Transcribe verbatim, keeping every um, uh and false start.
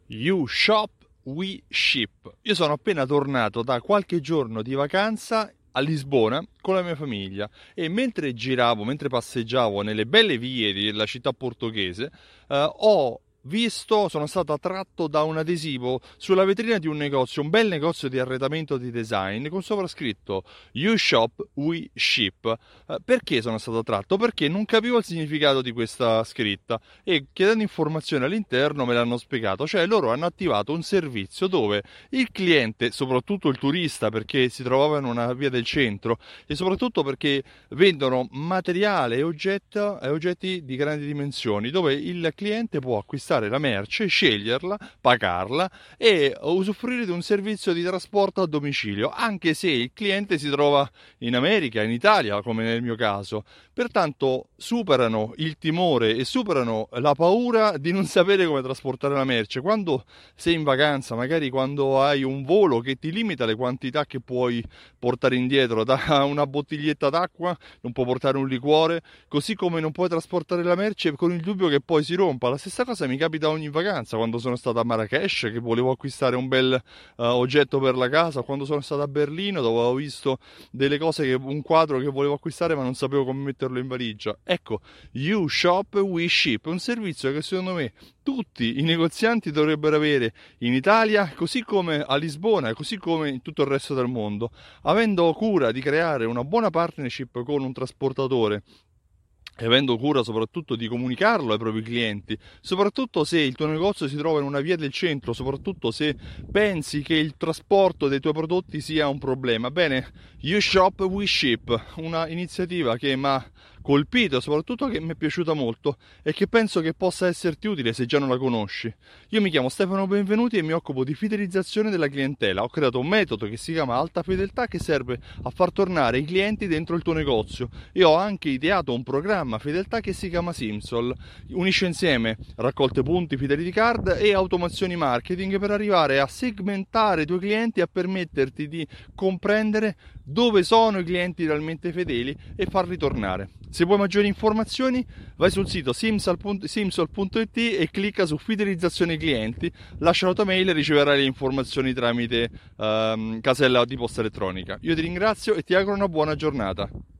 You shop, we ship. Io sono appena tornato da qualche giorno di vacanza a Lisbona con la mia famiglia e mentre giravo, mentre passeggiavo nelle belle vie della città portoghese, eh, ho visto, sono stato attratto da un adesivo sulla vetrina di un negozio, un bel negozio di arredamento di design con sovrascritto You shop, we ship. Eh, perché sono stato attratto? Perché non capivo il significato di questa scritta e chiedendo informazioni all'interno me l'hanno spiegato, cioè loro hanno attivato un servizio dove il cliente, soprattutto il turista perché si trovava in una via del centro e soprattutto perché vendono materiale e oggetti, e oggetti di grandi dimensioni dove il cliente può acquistare la merce, sceglierla, pagarla e usufruire di un servizio di trasporto a domicilio, anche se il cliente si trova in America, in Italia, come nel mio caso. Pertanto superano il timore e superano la paura di non sapere come trasportare la merce. Quando sei in vacanza, magari quando hai un volo che ti limita le quantità che puoi portare indietro, da una bottiglietta d'acqua non puoi portare un liquore, così come non puoi trasportare la merce con il dubbio che poi si rompa. La stessa cosa mi capita ogni vacanza, quando sono stato a Marrakech che volevo acquistare un bel uh, oggetto per la casa, quando sono stato a Berlino dove ho visto delle cose, che, un quadro che volevo acquistare ma non sapevo come metterlo in valigia. Ecco, You Shop, We Ship, un servizio che secondo me tutti i negozianti dovrebbero avere in Italia, così come a Lisbona, così come in tutto il resto del mondo, avendo cura di creare una buona partnership con un trasportatore e avendo cura soprattutto di comunicarlo ai propri clienti, soprattutto se il tuo negozio si trova in una via del centro, soprattutto se pensi che il trasporto dei tuoi prodotti sia un problema. Bene, You Shop, We Ship, una iniziativa che mi ha colpito, soprattutto che mi è piaciuta molto e che penso che possa esserti utile se già non la conosci. Io mi chiamo Stefano Benvenuti e mi occupo di fidelizzazione della clientela. Ho creato un metodo che si chiama Alta Fedeltà che serve a far tornare i clienti dentro il tuo negozio e ho anche ideato un programma fedeltà che si chiama Simsol. Unisce insieme raccolte punti, fidelity card e automazioni marketing per arrivare a segmentare i tuoi clienti e a permetterti di comprendere dove sono i clienti realmente fedeli e farli tornare. Se vuoi maggiori informazioni vai sul sito simsol punto it e clicca su fidelizzazione clienti, lascia la tua mail e riceverai le informazioni tramite ehm, casella di posta elettronica. Io ti ringrazio e ti auguro una buona giornata.